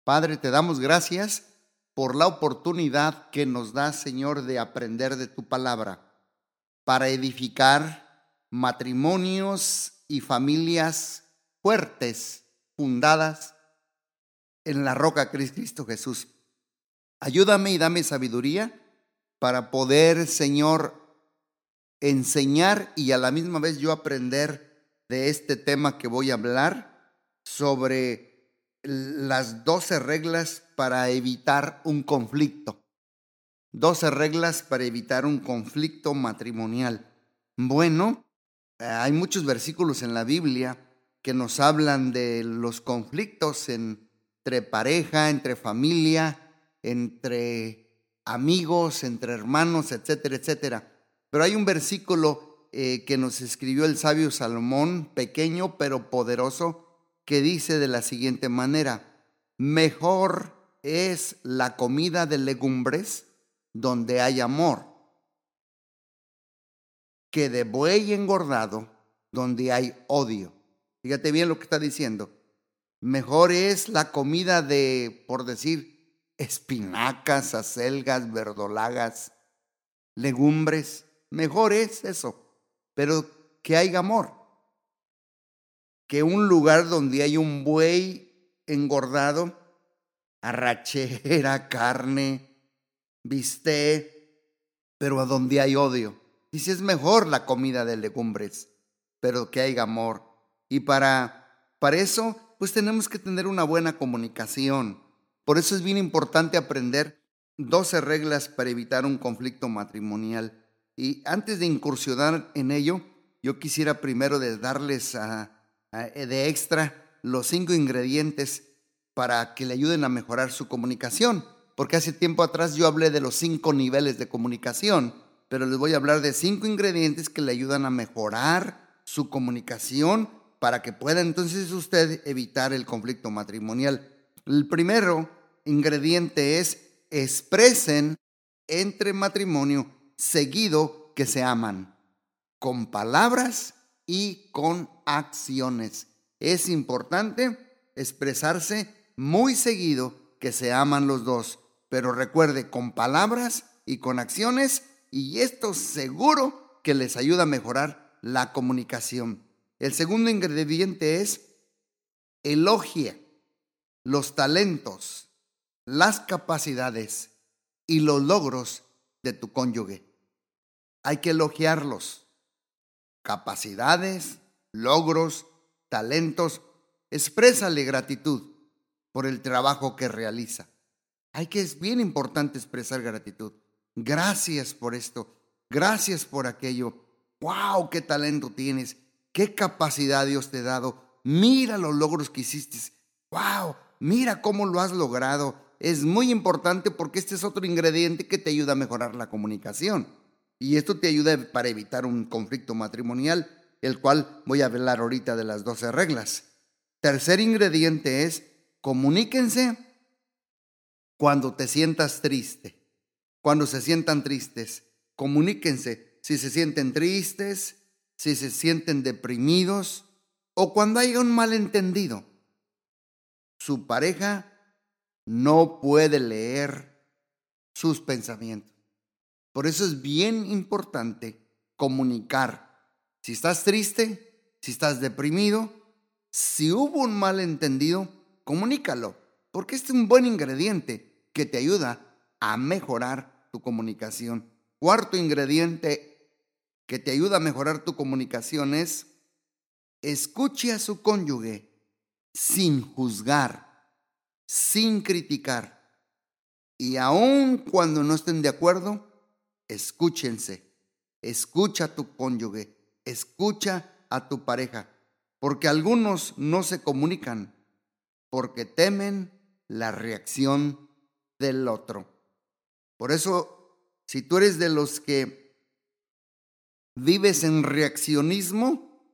Padre, te damos gracias por la oportunidad que nos da, Señor, de aprender de tu palabra para edificar matrimonios y familias fuertes, fundadas en la roca que es Cristo Jesús. Ayúdame y dame sabiduría para poder, Señor, enseñar y a la misma vez yo aprender de este tema que voy a hablar sobre las 12 reglas para evitar un conflicto. 12 reglas para evitar un conflicto matrimonial. Bueno, hay muchos versículos en la Biblia que nos hablan de los conflictos entre pareja, entre familia, entre amigos, entre hermanos, etcétera, etcétera. Pero hay un versículo que nos escribió el sabio Salomón, pequeño pero poderoso, que dice de la siguiente manera: mejor es la comida de legumbres donde hay amor, que de buey engordado donde hay odio. Fíjate bien lo que está diciendo. Mejor es la comida de, por decir, espinacas, acelgas, verdolagas, legumbres. Mejor es eso, pero que haya amor, que un lugar donde hay un buey engordado, arrachera, carne, bistec, pero a donde hay odio. Dice, es mejor la comida de legumbres, pero que haya amor. Y para eso, pues tenemos que tener una buena comunicación. Por eso es bien importante aprender 12 reglas para evitar un conflicto matrimonial. Y antes de incursionar en ello, yo quisiera primero darles de extra los 5 ingredientes para que le ayuden a mejorar su comunicación. Porque hace tiempo atrás yo hablé de los 5 niveles de comunicación, pero les voy a hablar de 5 ingredientes que le ayudan a mejorar su comunicación para que pueda entonces usted evitar el conflicto matrimonial. El primero ingrediente es: expresen entre matrimonio seguido que se aman, con palabras y con acciones. Es importante expresarse muy seguido que se aman los dos, pero recuerde, con palabras y con acciones, y esto seguro que les ayuda a mejorar la comunicación. El segundo ingrediente es: elogia los talentos, las capacidades y los logros de tu cónyuge. Hay que elogiarlos. Capacidades, logros, talentos. Exprésale gratitud por el trabajo que realiza. Es bien importante expresar gratitud. Gracias por esto. Gracias por aquello. ¡Wow! ¡Qué talento tienes! ¡Qué capacidad Dios te ha dado! Mira los logros que hiciste. ¡Wow! Mira cómo lo has logrado. Es muy importante porque este es otro ingrediente que te ayuda a mejorar la comunicación. Y esto te ayuda para evitar un conflicto matrimonial, el cual voy a hablar ahorita de las 12 reglas. Tercer ingrediente es: comuníquense cuando te sientas triste. Cuando se sientan tristes, comuníquense. Si se sienten tristes, si se sienten deprimidos o cuando haya un malentendido. Su pareja no puede leer sus pensamientos. Por eso es bien importante comunicar. Si estás triste, si estás deprimido, si hubo un malentendido, comunícalo, porque este es un buen ingrediente que te ayuda a mejorar tu comunicación. Cuarto ingrediente que te ayuda a mejorar tu comunicación es: escuche a su cónyuge sin juzgar, sin criticar. Y aun cuando no estén de acuerdo, escúchense. Escucha a tu cónyuge, escucha a tu pareja, porque algunos no se comunican porque temen la reacción del otro. Por eso, si tú eres de los que vives en reaccionismo,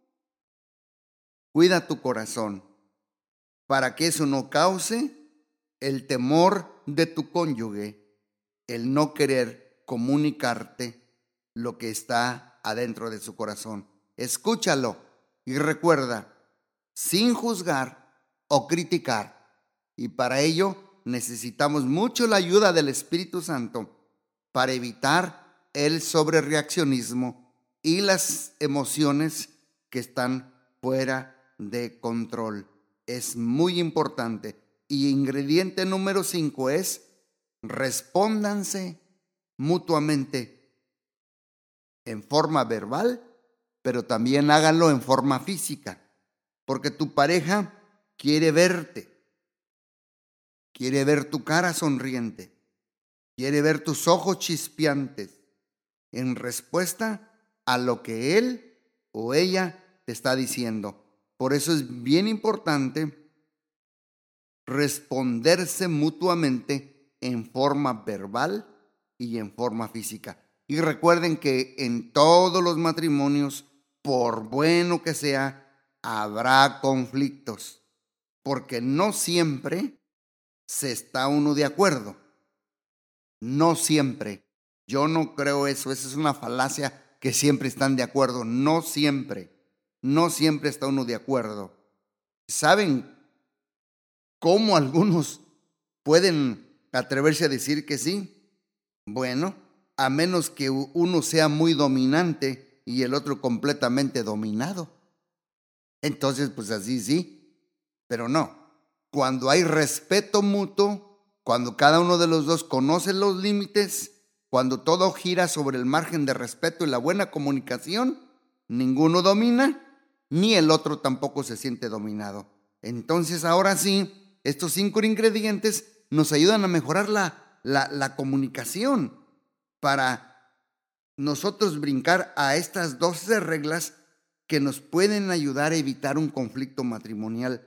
cuida tu corazón para que eso no cause el temor de tu cónyuge, el no querer comunicarte lo que está adentro de su corazón. Escúchalo y recuerda, sin juzgar o criticar, Y para ello necesitamos mucho la ayuda del Espíritu Santo para evitar el sobrereaccionismo y las emociones que están fuera de control. Es muy importante. Y ingrediente número 5 es: respóndanse mutuamente en forma verbal, pero también háganlo en forma física, porque tu pareja quiere verte, quiere ver tu cara sonriente, quiere ver tus ojos chispeantes en respuesta a lo que él o ella te está diciendo. Por eso es bien importante responderse mutuamente en forma verbal y en forma física. Y recuerden que en todos los matrimonios, por bueno que sea, habrá conflictos, porque no siempre se está uno de acuerdo. No siempre. Yo no creo eso. Esa es una falacia, que siempre están de acuerdo. No siempre. No siempre está uno de acuerdo. ¿Saben cómo algunos pueden atreverse a decir que sí? Bueno, a menos que uno sea muy dominante y el otro completamente dominado. Entonces, pues así sí, pero no. Cuando hay respeto mutuo, cuando cada uno de los dos conoce los límites, cuando todo gira sobre el margen de respeto y la buena comunicación, ninguno domina, ni el otro tampoco se siente dominado. Entonces, ahora sí, estos 5 ingredientes nos ayudan a mejorar la comunicación para nosotros brincar a estas 12 reglas que nos pueden ayudar a evitar un conflicto matrimonial.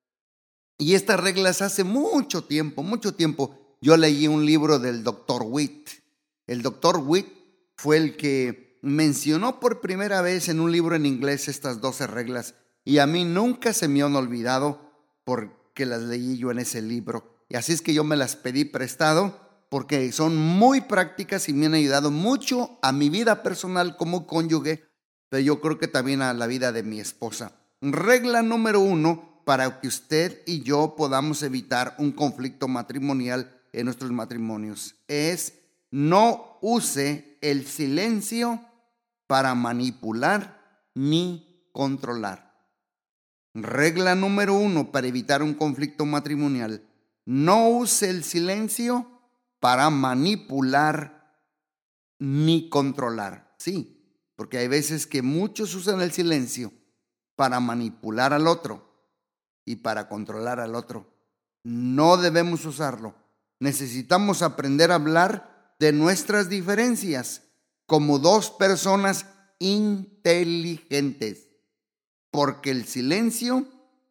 Y estas reglas hace mucho tiempo, yo leí un libro del Dr. Witt. El Dr. Witt fue el que mencionó por primera vez en un libro en inglés estas 12 reglas. Y a mí nunca se me han olvidado porque las leí yo en ese libro. Y así es que yo me las pedí prestado, porque son muy prácticas y me han ayudado mucho a mi vida personal como cónyuge, pero yo creo que también a la vida de mi esposa. Regla número 1, para que usted y yo podamos evitar un conflicto matrimonial en nuestros matrimonios, es: no use el silencio para manipular ni controlar. Regla número 1 para evitar un conflicto matrimonial: no use el silencio para manipular ni controlar. Sí, porque hay veces que muchos usan el silencio para manipular al otro y para controlar al otro. No debemos usarlo. Necesitamos aprender a hablar de nuestras diferencias como 2 personas inteligentes, porque el silencio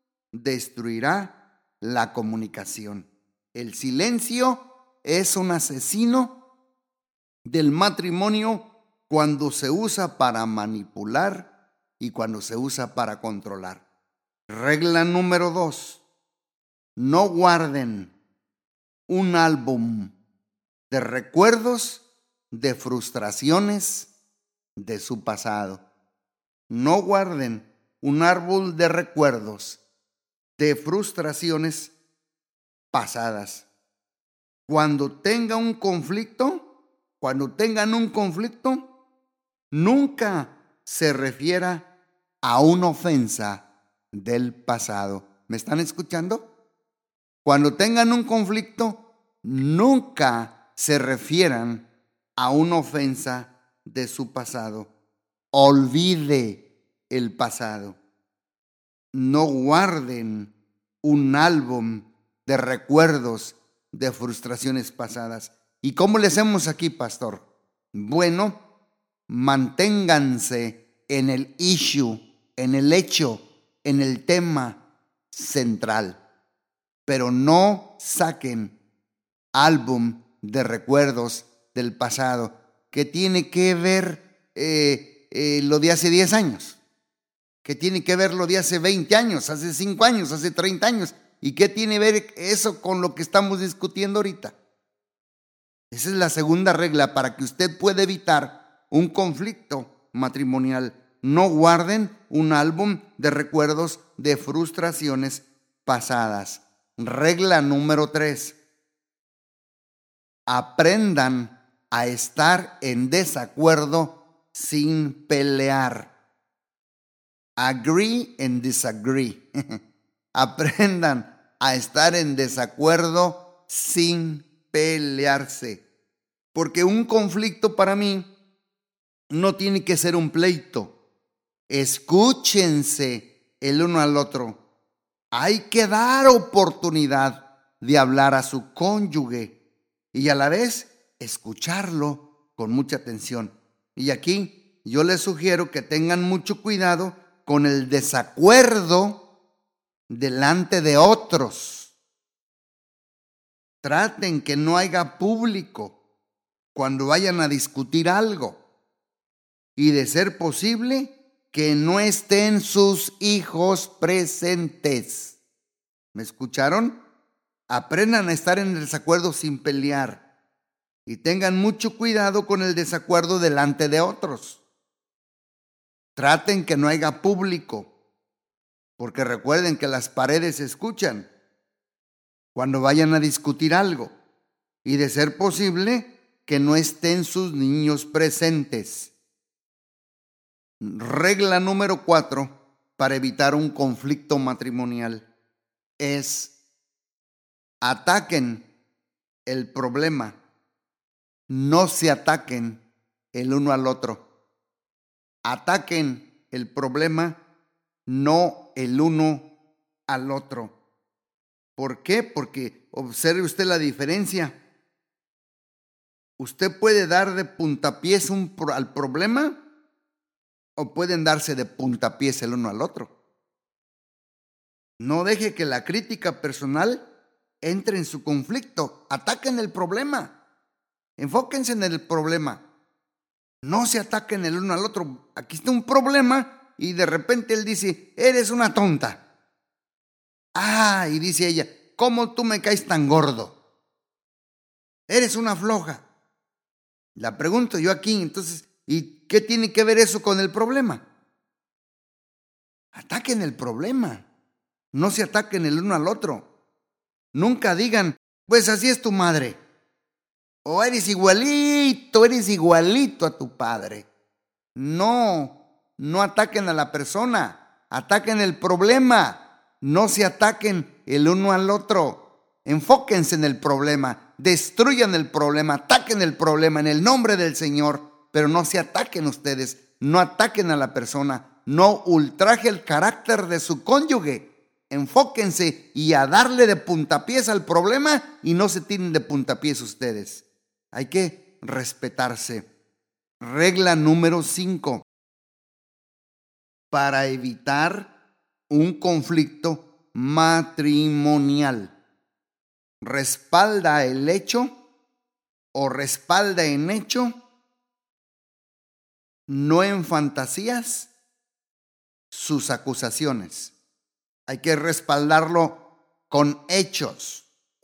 destruirá la comunicación. El silencio es un asesino del matrimonio cuando se usa para manipular y cuando se usa para controlar. Regla número 2. No guarden un álbum de recuerdos de frustraciones de su pasado. No guarden un árbol de recuerdos de frustraciones pasadas. Cuando tengan un conflicto, nunca se refiera a una ofensa del pasado. ¿Me están escuchando? Cuando tengan un conflicto, nunca se refieran a una ofensa de su pasado. Olvide el pasado. No guarden un álbum de recuerdos de frustraciones pasadas. ¿Y cómo le hacemos aquí, pastor? Bueno, manténganse en el issue, en el hecho, en el tema central, pero no saquen álbum de recuerdos del pasado que tiene que ver lo de hace 10 años, que tiene que ver lo de hace 20 años, hace 5 años, hace 30 años. ¿Y qué tiene que ver eso con lo que estamos discutiendo ahorita? Esa es la segunda regla para que usted pueda evitar un conflicto matrimonial. No guarden un álbum de recuerdos de frustraciones pasadas. Regla número 3. Aprendan a estar en desacuerdo sin pelear. Agree and disagree. Aprendan a estar en desacuerdo sin pelearse. Porque un conflicto para mí no tiene que ser un pleito. Escúchense el uno al otro. Hay que dar oportunidad de hablar a su cónyuge y a la vez escucharlo con mucha atención. Y aquí yo les sugiero que tengan mucho cuidado con el desacuerdo delante de otros. Traten que no haya público cuando vayan a discutir algo. Y de ser posible, que no estén sus hijos presentes. ¿Me escucharon? Aprendan a estar en desacuerdo sin pelear. Y tengan mucho cuidado con el desacuerdo delante de otros. Traten que no haya público, porque recuerden que las paredes se escuchan cuando vayan a discutir algo. Y de ser posible, que no estén sus niños presentes. Regla número 4 para evitar un conflicto matrimonial es: ataquen el problema, no se ataquen el uno al otro. Ataquen el problema, no el uno al otro. ¿Por qué? Porque observe usted la diferencia. Usted puede dar de puntapiés al problema, o pueden darse de puntapiés el uno al otro. No deje que la crítica personal entre en su conflicto. Ataquen el problema. Enfóquense en el problema. No se ataquen el uno al otro. Aquí está un problema y de repente él dice: eres una tonta. Y dice ella: ¿cómo tú me caes tan gordo? Eres una floja. La pregunto yo aquí, entonces, ¿y qué tiene que ver eso con el problema? Ataquen el problema. No se ataquen el uno al otro. Nunca digan: pues así es tu madre. O eres igualito a tu padre. No ataquen a la persona. Ataquen el problema. No se ataquen el uno al otro. Enfóquense en el problema. Destruyan el problema. Ataquen el problema en el nombre del Señor. Pero no se ataquen ustedes. No ataquen a la persona. No ultraje el carácter de su cónyuge. Enfóquense y a darle de puntapiés al problema y no se tiren de puntapiés ustedes. Hay que respetarse. Regla número 5. Para evitar un conflicto matrimonial. Respalda el hecho o respalda en hecho, no en fantasías, sus acusaciones. Hay que respaldarlo con hechos,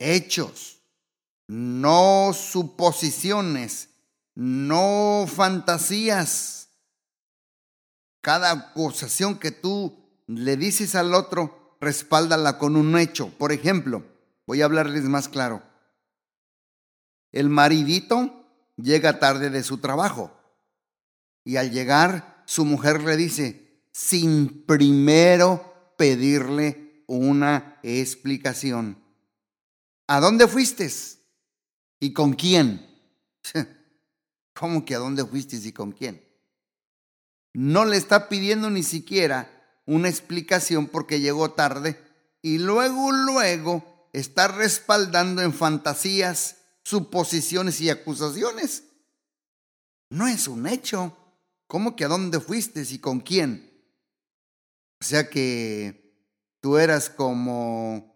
no suposiciones, no fantasías. Cada acusación que tú le dices al otro, respáldala con un hecho. Por ejemplo, voy a hablarles más claro. El maridito llega tarde de su trabajo y al llegar su mujer le dice, sin primero pedirle una explicación: ¿a dónde fuiste? ¿Y con quién? ¿Cómo que a dónde fuiste y con quién? No le está pidiendo ni siquiera una explicación porque llegó tarde y luego está respaldando en fantasías, suposiciones y acusaciones. No es un hecho. ¿Cómo que a dónde fuiste y con quién? O sea que tú eras como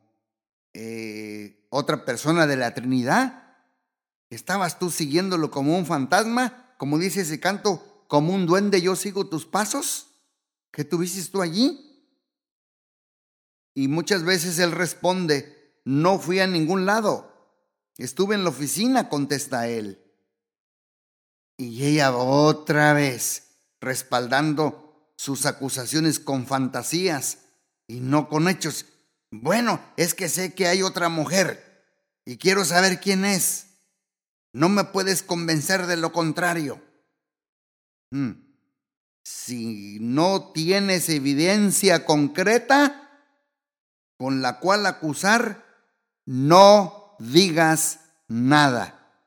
otra persona de la Trinidad. ¿Estabas tú siguiéndolo como un fantasma? Como dice ese canto, como un duende yo sigo tus pasos. ¿Qué tuviste tú allí? Y muchas veces él responde, no fui a ningún lado. Estuve en la oficina, contesta él. Y ella otra vez respaldando sus acusaciones con fantasías y no con hechos. Bueno, es que sé que hay otra mujer y quiero saber quién es. No me puedes convencer de lo contrario. Mm. Si no tienes evidencia concreta con la cual acusar, no digas nada.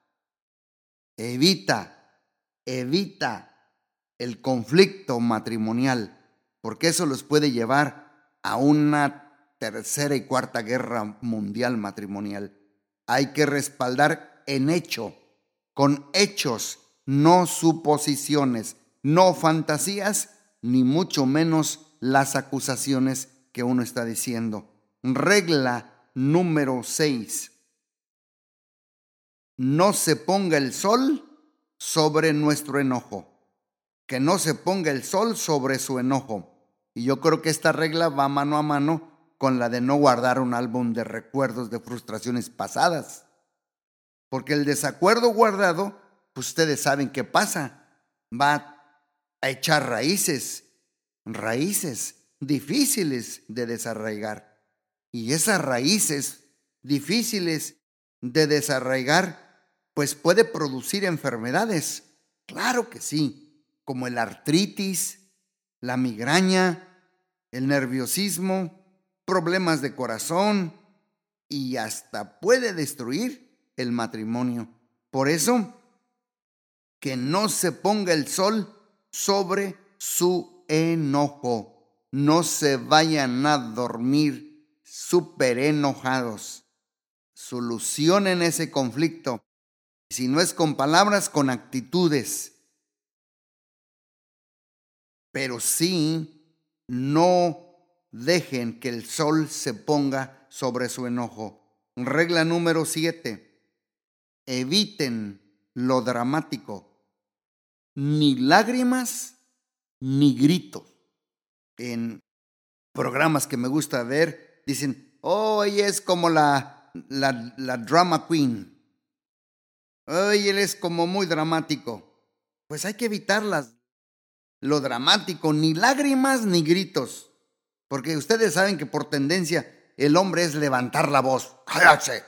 Evita el conflicto matrimonial, porque eso los puede llevar a una tercera y cuarta guerra mundial matrimonial. Hay que respaldar en hecho, con hechos, no suposiciones, no fantasías, ni mucho menos las acusaciones que uno está diciendo. Regla número 6. No se ponga el sol sobre nuestro enojo. Que no se ponga el sol sobre su enojo. Y yo creo que esta regla va mano a mano con la de no guardar un álbum de recuerdos de frustraciones pasadas. Porque el desacuerdo guardado, pues ustedes saben qué pasa. Va a echar raíces difíciles de desarraigar. Y esas raíces difíciles de desarraigar, pues puede producir enfermedades. Claro que sí, como el artritis, la migraña, el nerviosismo, problemas de corazón y hasta puede destruir el matrimonio. Por eso, que no se ponga el sol sobre su enojo. No se vayan a dormir súper enojados. Solucionen ese conflicto. Si no es con palabras, con actitudes. Pero sí, no dejen que el sol se ponga sobre su enojo. Regla número 7. Eviten lo dramático. Ni lágrimas, ni gritos. En programas que me gusta ver, dicen, oh, ella es como la drama queen. Oh, él es como muy dramático. Pues hay que evitarlas. Lo dramático, ni lágrimas, ni gritos. Porque ustedes saben que por tendencia el hombre es levantar la voz. ¡Cállate!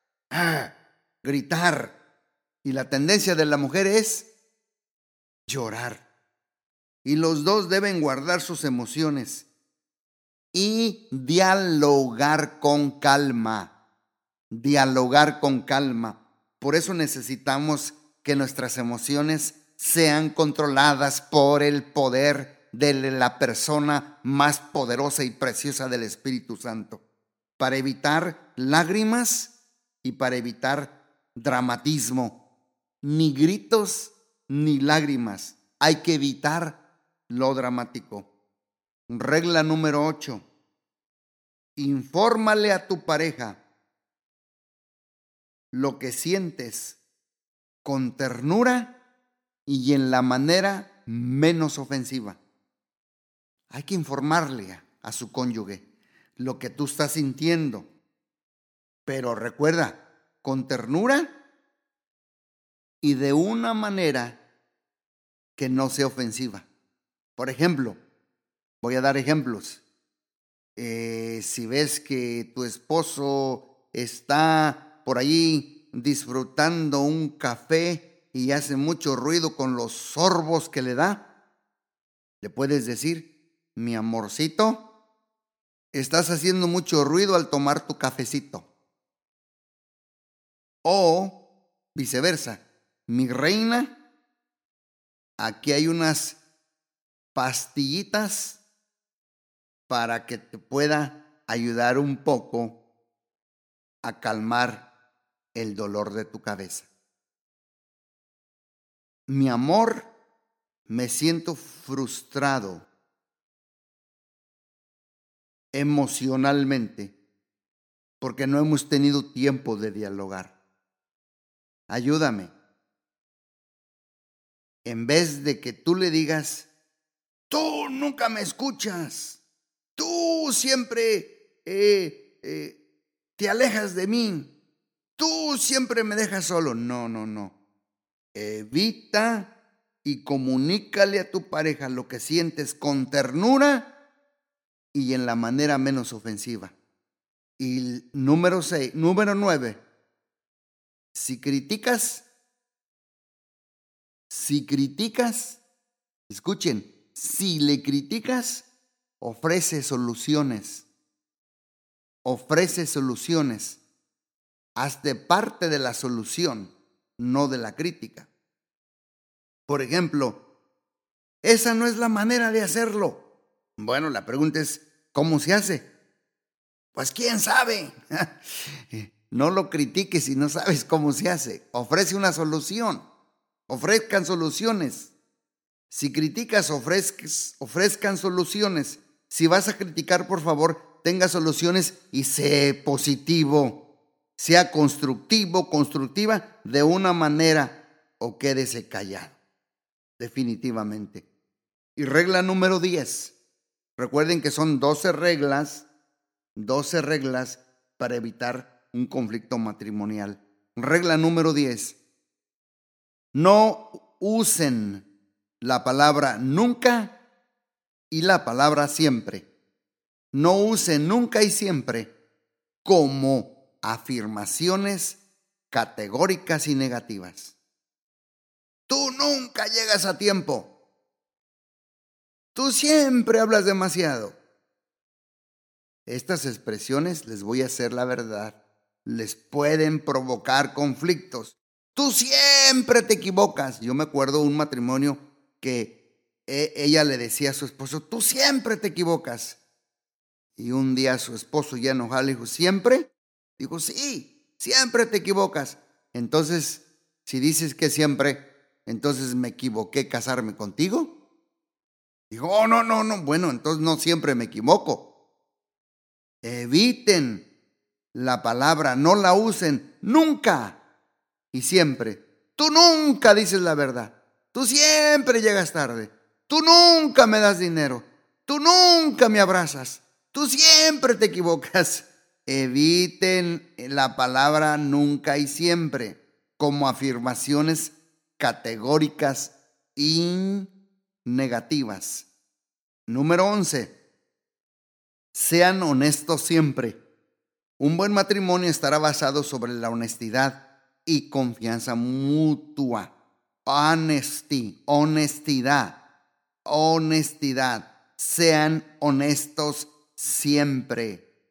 Gritar. Y la tendencia de la mujer es llorar. Y los dos deben guardar sus emociones y dialogar con calma. Dialogar con calma. Por eso necesitamos que nuestras emociones sean controladas por el poder de la persona más poderosa y preciosa del Espíritu Santo, para evitar lágrimas y para evitar dramatismo. Ni gritos ni lágrimas. Hay que evitar lo dramático. Regla número 8. Infórmale a tu pareja lo que sientes con ternura y en la manera menos ofensiva. Hay que informarle a su cónyuge lo que tú estás sintiendo. Pero recuerda, con ternura y de una manera que no sea ofensiva. Por ejemplo, voy a dar ejemplos. Si ves que tu esposo está por ahí disfrutando un café y hace mucho ruido con los sorbos que le da, le puedes decir, mi amorcito, estás haciendo mucho ruido al tomar tu cafecito. O viceversa, mi reina, aquí hay unas pastillitas para que te pueda ayudar un poco a calmar el dolor de tu cabeza. Mi amor, me siento frustrado emocionalmente porque no hemos tenido tiempo de dialogar. Ayúdame. En vez de que tú le digas, tú nunca me escuchas, tú siempre te alejas de mí, tú siempre me dejas solo. No. Evita y comunícale a tu pareja lo que sientes con ternura y en la manera menos ofensiva. Y número 9, si criticas, escuchen, si le criticas, ofrece soluciones. Ofrece soluciones. Hazte parte de la solución, no de la crítica. Por ejemplo, esa no es la manera de hacerlo. Bueno, la pregunta es, ¿cómo se hace? Pues quién sabe. No lo critiques si no sabes cómo se hace. Ofrece una solución. Ofrezcan soluciones. Si criticas, ofrezcan soluciones. Si vas a criticar, por favor, tenga soluciones y sé positivo. Sea constructiva de una manera, o quédese callado. Definitivamente. Y regla número 10. Recuerden que son 12 reglas para evitar un conflicto matrimonial. Regla número 10. No usen la palabra nunca y la palabra siempre. No usen nunca y siempre como afirmaciones categóricas y negativas. Tú nunca llegas a tiempo. Tú siempre hablas demasiado. Estas expresiones, les voy a hacer la verdad, les pueden provocar conflictos. Tú siempre te equivocas. Yo me acuerdo de un matrimonio que ella le decía a su esposo, tú siempre te equivocas. Y un día su esposo, ya enojado, le dijo, ¿siempre? Dijo, sí, siempre te equivocas. Entonces, si dices que siempre, entonces me equivoqué casarme contigo. Dijo, oh, no, bueno, entonces no siempre me equivoco. Eviten la palabra, no la usen nunca y siempre. Tú nunca dices la verdad. Tú siempre llegas tarde. Tú nunca me das dinero. Tú nunca me abrazas. Tú siempre te equivocas. Eviten la palabra nunca y siempre como afirmaciones categóricas y negativas. Número 11. Sean honestos siempre. Un buen matrimonio estará basado sobre la honestidad y confianza mutua. Honestidad. Sean honestos siempre.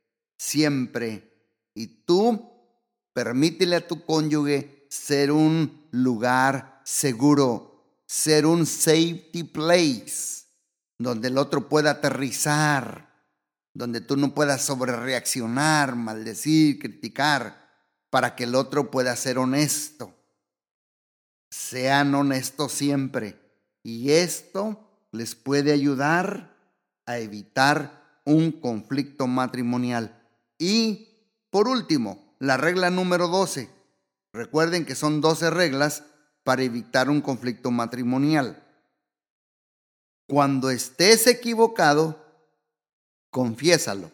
Y tú, permítele a tu cónyuge ser un lugar seguro, ser un safety place, donde el otro pueda aterrizar, donde tú no puedas sobrereaccionar, maldecir, criticar, para que el otro pueda ser honesto. Sean honestos siempre. Y esto les puede ayudar a evitar un conflicto matrimonial. Y, por último, la regla número 12. Recuerden que son 12 reglas para evitar un conflicto matrimonial. Cuando estés equivocado, confiésalo.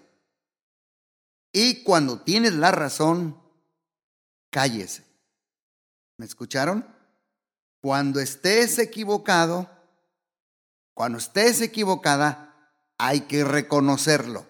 Y cuando tienes la razón, cállese. ¿Me escucharon? Cuando estés equivocado, cuando estés equivocada, hay que reconocerlo.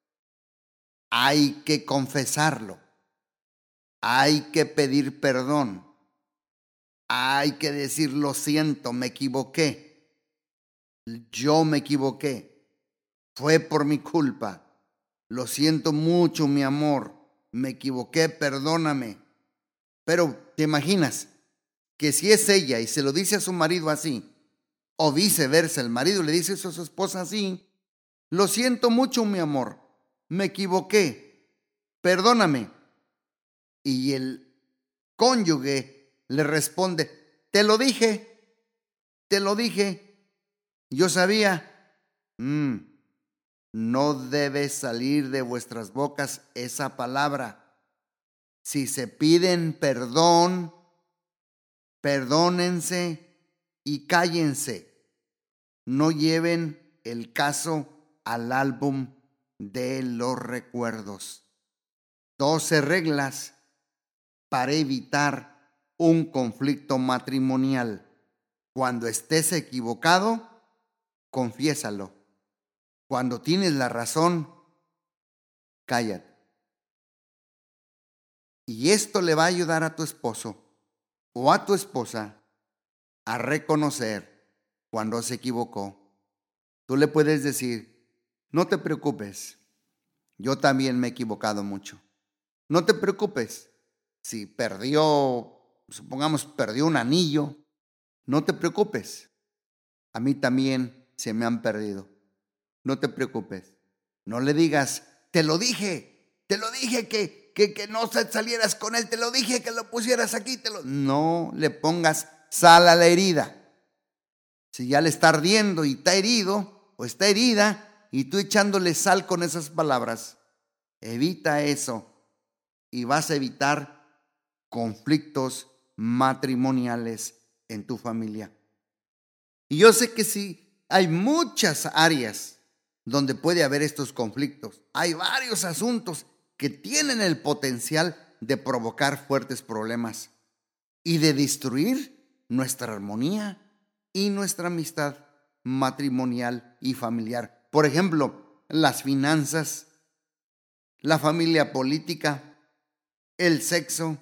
Hay que confesarlo. Hay que pedir perdón. Hay que decir, lo siento, me equivoqué. Yo me equivoqué. Fue por mi culpa. Lo siento mucho, mi amor. Me equivoqué, perdóname. Pero, ¿te imaginas que si es ella y se lo dice a su marido así, o viceversa, el marido le dice eso a su esposa así, lo siento mucho, mi amor, me equivoqué, perdóname? Y el cónyuge le responde, te lo dije, yo sabía. No debe salir de vuestras bocas esa palabra. Si se piden perdón, perdónense y cállense. No lleven el caso al álbum de los recuerdos. 12 reglas para evitar un conflicto matrimonial. Cuando estés equivocado, confiésalo. Cuando tienes la razón, cállate. Y esto le va a ayudar a tu esposo o a tu esposa a reconocer cuando se equivocó. Tú le puedes decir: no te preocupes, yo también me he equivocado mucho. No te preocupes, si perdió un anillo, no te preocupes. A mí también se me han perdido. No te preocupes. No le digas: te lo dije que no salieras con él, te lo dije que lo pusieras aquí. No le pongas sal a la herida. Si ya le está ardiendo y está herido o está herida y tú echándole sal con esas palabras, evita eso y vas a evitar conflictos matrimoniales en tu familia. Y yo sé que sí, hay muchas áreas donde puede haber estos conflictos. Hay varios asuntos que tienen el potencial de provocar fuertes problemas y de destruir nuestra armonía y nuestra amistad matrimonial y familiar. Por ejemplo, las finanzas, la familia política, el sexo,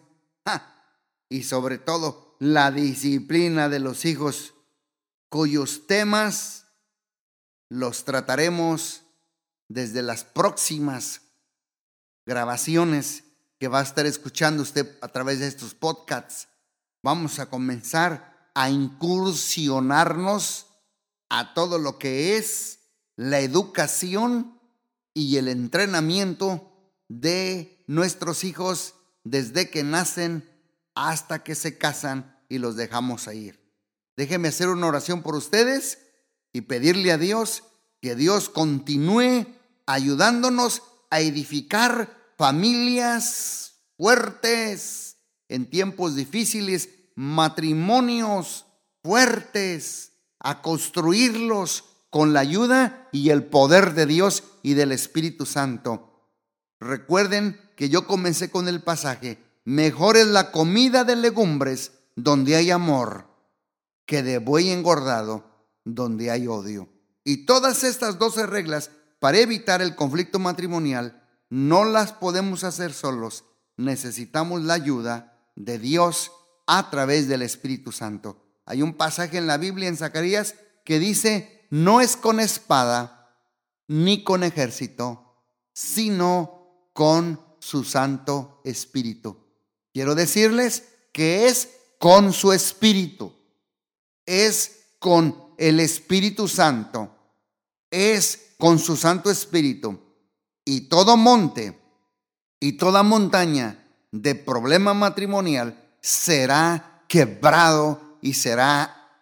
y sobre todo la disciplina de los hijos, cuyos temas los trataremos desde las próximas grabaciones que va a estar escuchando usted a través de estos podcasts. Vamos a comenzar a incursionarnos a todo lo que es la educación y el entrenamiento de nuestros hijos desde que nacen hasta que se casan y los dejamos ir. Déjeme hacer una oración por ustedes y pedirle a Dios que Dios continúe ayudándonos a edificar familias fuertes en tiempos difíciles, matrimonios fuertes, a construirlos con la ayuda y el poder de Dios y del Espíritu Santo. Recuerden que yo comencé con el pasaje: mejor es la comida de legumbres donde hay amor que de buey engordado donde hay odio. Y todas estas 12 reglas para evitar el conflicto matrimonial no las podemos hacer solos. Necesitamos la ayuda de Dios a través del Espíritu Santo. Hay un pasaje en la Biblia, en Zacarías, que dice: no es con espada ni con ejército, sino con su Santo Espíritu. Quiero decirles que es con su Espíritu, es con el Espíritu Santo, es con su Santo Espíritu. Y todo monte y toda montaña de problema matrimonial será quebrado y será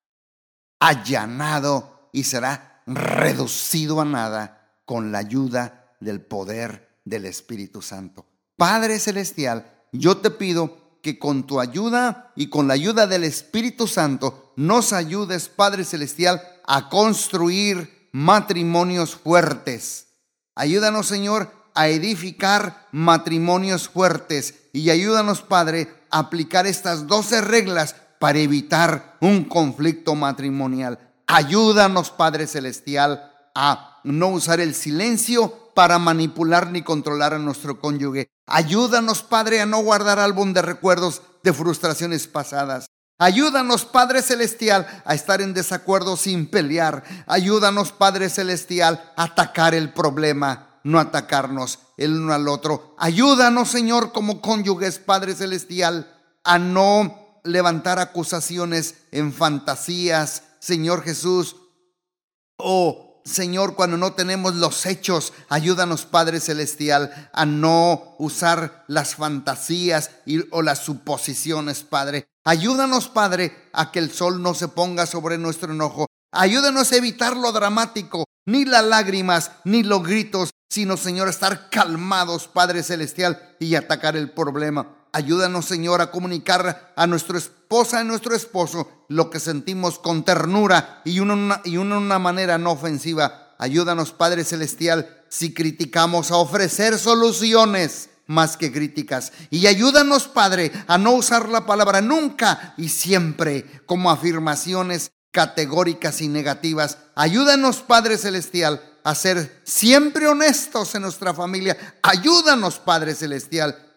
allanado y será reducido a nada con la ayuda del poder del Espíritu Santo. Padre Celestial, yo te pido que con tu ayuda y con la ayuda del Espíritu Santo nos ayudes, Padre Celestial, a construir matrimonios fuertes. Ayúdanos, Señor, a edificar matrimonios fuertes y ayúdanos, Padre, a aplicar estas 12 reglas para evitar un conflicto matrimonial. Ayúdanos, Padre Celestial, a no usar el silencio para manipular ni controlar a nuestro cónyuge. Ayúdanos, Padre, a no guardar álbum de recuerdos de frustraciones pasadas. Ayúdanos, Padre Celestial, a estar en desacuerdo sin pelear. Ayúdanos, Padre Celestial, a atacar el problema, no atacarnos el uno al otro. Ayúdanos, Señor, como cónyuges, Padre Celestial, a no levantar acusaciones en fantasías, Señor Jesús. Señor, cuando no tenemos los hechos, ayúdanos, Padre Celestial, a no usar las fantasías o las suposiciones, Padre. Ayúdanos, Padre, a que el sol no se ponga sobre nuestro enojo. Ayúdanos a evitar lo dramático, ni las lágrimas, ni los gritos, sino, Señor, a estar calmados, Padre Celestial, y atacar el problema. Ayúdanos, Señor, a comunicar a nuestra esposa y nuestro esposo lo que sentimos con ternura y una manera no ofensiva. Ayúdanos, Padre Celestial, si criticamos, a ofrecer soluciones más que críticas. Y ayúdanos, Padre, a no usar la palabra nunca y siempre como afirmaciones categóricas y negativas. Ayúdanos, Padre Celestial, a ser siempre honestos en nuestra familia. Ayúdanos, Padre Celestial,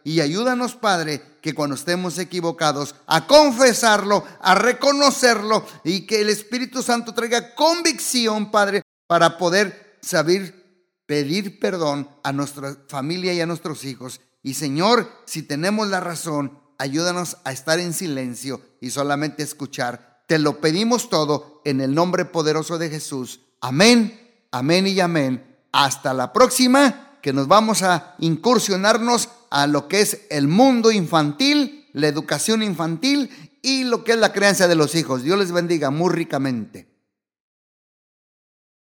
Y ayúdanos, Padre, que cuando estemos equivocados, a confesarlo, a reconocerlo, y que el Espíritu Santo traiga convicción, Padre, para poder saber pedir perdón a nuestra familia y a nuestros hijos. Y Señor, si tenemos la razón, ayúdanos a estar en silencio y solamente escuchar. Te lo pedimos todo en el nombre poderoso de Jesús. Amén, amén y amén. Hasta la próxima, que nos vamos a incursionarnos a lo que es el mundo infantil, la educación infantil y lo que es la crianza de los hijos. Dios les bendiga muy ricamente.